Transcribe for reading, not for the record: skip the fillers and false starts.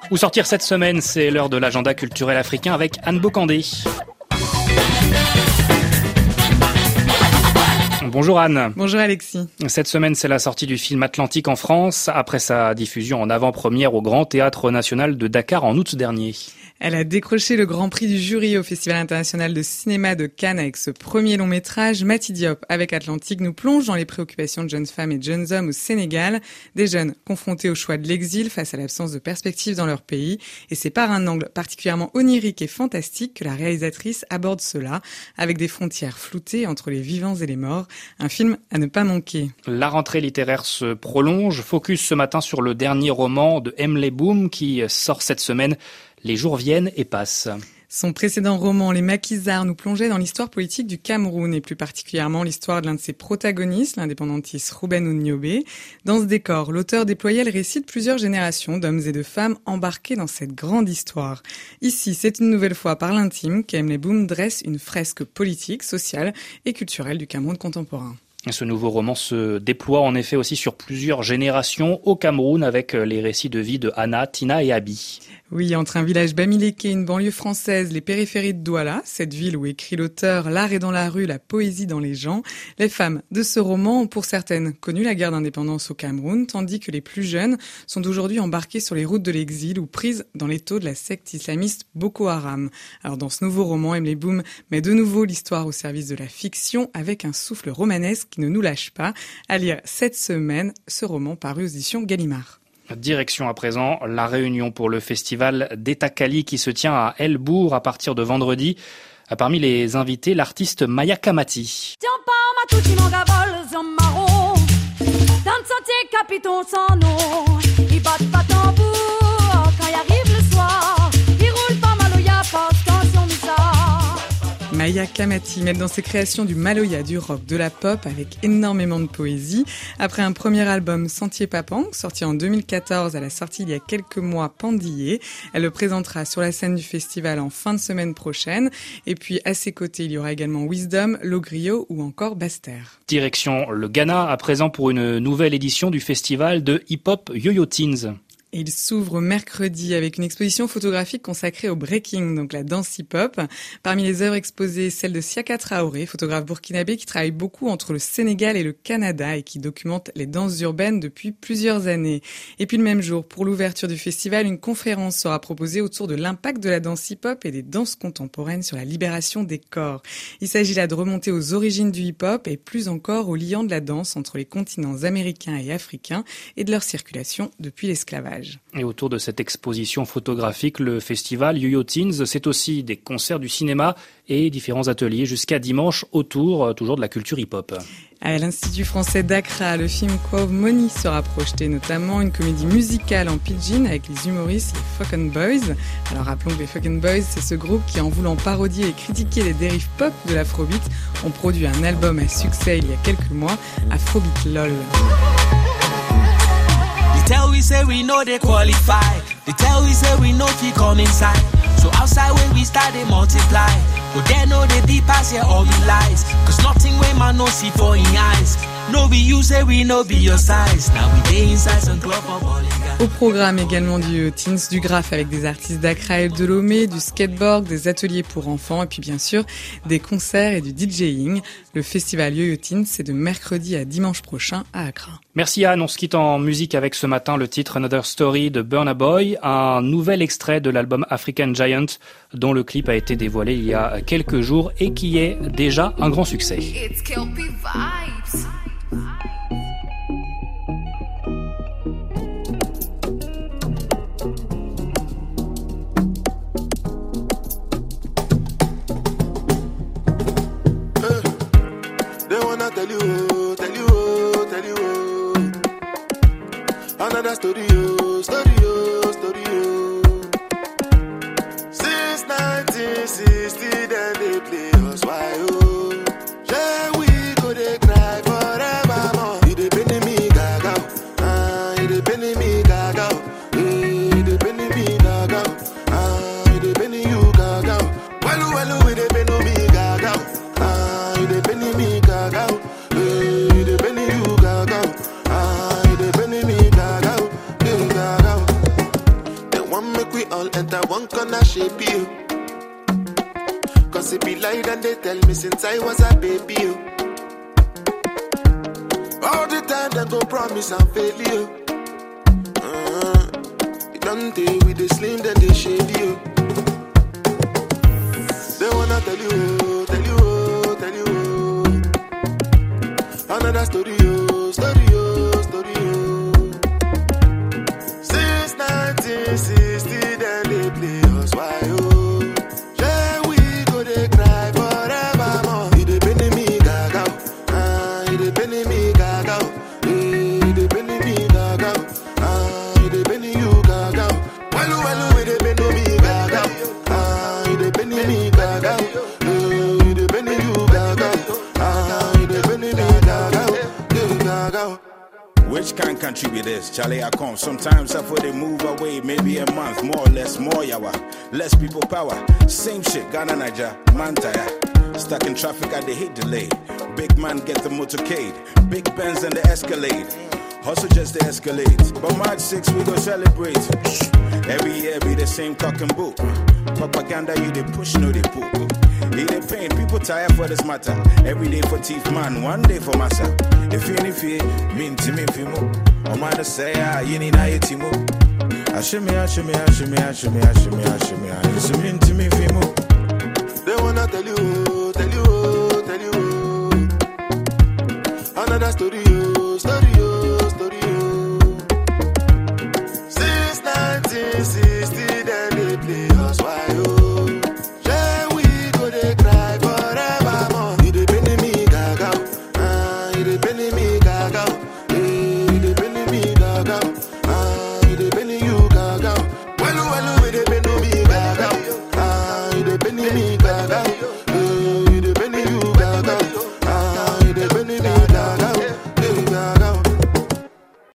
Où sortir cette semaine, c'est l'heure de l'agenda culturel africain avec Anne Bocandé. Bonjour Anne. Bonjour Alexis. Cette semaine, c'est la sortie du film Atlantique en France, après sa diffusion en avant-première au Grand Théâtre National de Dakar en août dernier. Elle a décroché le grand prix du jury au Festival international de cinéma de Cannes avec ce premier long métrage. Mati Diop, avec Atlantique, nous plonge dans les préoccupations de jeunes femmes et de jeunes hommes au Sénégal. Des jeunes confrontés au choix de l'exil face à l'absence de perspectives dans leur pays. Et c'est par un angle particulièrement onirique et fantastique que la réalisatrice aborde cela, avec des frontières floutées entre les vivants et les morts. Un film à ne pas manquer. La rentrée littéraire se prolonge. Focus ce matin sur le dernier roman de Emily Boom qui sort cette semaine. Les jours viennent et passent. Son précédent roman, Les Maquisards, nous plongeait dans l'histoire politique du Cameroun et plus particulièrement l'histoire de l'un de ses protagonistes, l'indépendantiste Ruben Onyobe. Dans ce décor, l'auteur déployait le récit de plusieurs générations d'hommes et de femmes embarqués dans cette grande histoire. Ici, c'est une nouvelle fois par l'intime qu'Emily Boom dresse une fresque politique, sociale et culturelle du Cameroun contemporain. Ce nouveau roman se déploie en effet aussi sur plusieurs générations au Cameroun avec les récits de vie de Anna, Tina et Abi. Oui, entre un village bamileke et une banlieue française, les périphéries de Douala, cette ville où écrit l'auteur « L'art est dans la rue, la poésie dans les gens », les femmes de ce roman ont pour certaines connu la guerre d'indépendance au Cameroun, tandis que les plus jeunes sont aujourd'hui embarquées sur les routes de l'exil ou prises dans l'étau de la secte islamiste Boko Haram. Alors dans ce nouveau roman, Emily Boom met de nouveau l'histoire au service de la fiction avec un souffle romanesque qui ne nous lâche pas. À lire cette semaine, ce roman paru aux éditions Gallimard. Direction à présent la réunion pour le festival d'Etakali qui se tient à Elbourg à partir de vendredi. Parmi les invités, l'artiste Maya Kamati. Maya Kamati met dans ses créations du maloya, du rock, de la pop avec énormément de poésie. Après un premier album Sentier Papang, sorti en 2014, elle a sorti il y a quelques mois Pandillé. Elle le présentera sur la scène du festival en fin de semaine prochaine. Et puis à ses côtés, il y aura également Wisdom, Logrio ou encore Baster. Direction le Ghana à présent pour une nouvelle édition du festival de hip-hop Yo-Yo Teens. Et il s'ouvre mercredi avec une exposition photographique consacrée au breaking, donc la danse hip-hop. Parmi les œuvres exposées, celle de Siaka Traoré, photographe burkinabé qui travaille beaucoup entre le Sénégal et le Canada et qui documente les danses urbaines depuis plusieurs années. Et puis le même jour, pour l'ouverture du festival, une conférence sera proposée autour de l'impact de la danse hip-hop et des danses contemporaines sur la libération des corps. Il s'agit là de remonter aux origines du hip-hop et plus encore aux liants de la danse entre les continents américains et africains et de leur circulation depuis l'esclavage. Et autour de cette exposition photographique, le festival Yo-Yo Teens, c'est aussi des concerts du cinéma et différents ateliers jusqu'à dimanche autour toujours de la culture hip-hop. À l'Institut français d'Accra, le film Quo Money sera projeté, notamment une comédie musicale en pidgin avec les humoristes les Fucking Boys. Alors rappelons que les Fucking Boys, c'est ce groupe qui, en voulant parodier et critiquer les dérives pop de l'afrobeat, ont produit un album à succès il y a quelques mois, Afrobeat LOL. They tell we say we know they qualify. They tell we say we know we come inside. So outside when we start they multiply. But they know they be past here all we lies. Cause nothing when man no see for in eyes. No be you say we no be your size. Now we day inside some club for balling. Au programme également du Teens, du graphe avec des artistes d'Accra et de Lomé, du skateboard, des ateliers pour enfants et puis bien sûr des concerts et du DJing. Le festival Yo-Yo Teens, c'est de mercredi à dimanche prochain à Accra. Merci Anne, on se quitte en musique avec ce matin le titre Another Story de Burna Boy, un nouvel extrait de l'album African Giant dont le clip a été dévoilé il y a quelques jours et qui est déjà un grand succès. It's Kelpie vibes. Another story, story. Since 1960, then they play us why oh. Yeah, we go they cry forever. He dey penny me gaga, he dey penny me gaga, he dey penny me gaga, he dey penny you gaga. Well, we dey penny me gaga, he dey penny me gaga, he dey penny you gaga, he dey penny me gaga. They want me all enter one corner shape you. Cause it be light and they tell me since I was a baby you. All the time they go promise and fail you. It don't day with the slim then they shade you. They wanna tell you. Another story. Since 1960 then they play us why oh. Yeah, we go they cry forevermore. It depend me gaga. It depend me gaga. It depend me gaga. It depend you gaga. Well, it depend me gaga. It depend me gaga. It depend you gaga. It depend me gaga. Which kind of country be this? Charlie, I come. Sometimes I feel they move away, maybe a month, more or less, more yawa. Less people power. Same shit, Ghana, Niger, man tire. Stuck in traffic, I they hate delay. Big man get the motorcade. Big Benz and the Escalade. Hustle just the Escalade. But March 6, we go celebrate. Every year be the same cock and book. Propaganda, you they push, no they poop. It they pain, people tired for this matter. Every day for teeth man, one day for massa. If you fear, mean to me fimo. O man say you need a timo. Ashimi. It's mean to me fimo. They wanna tell you.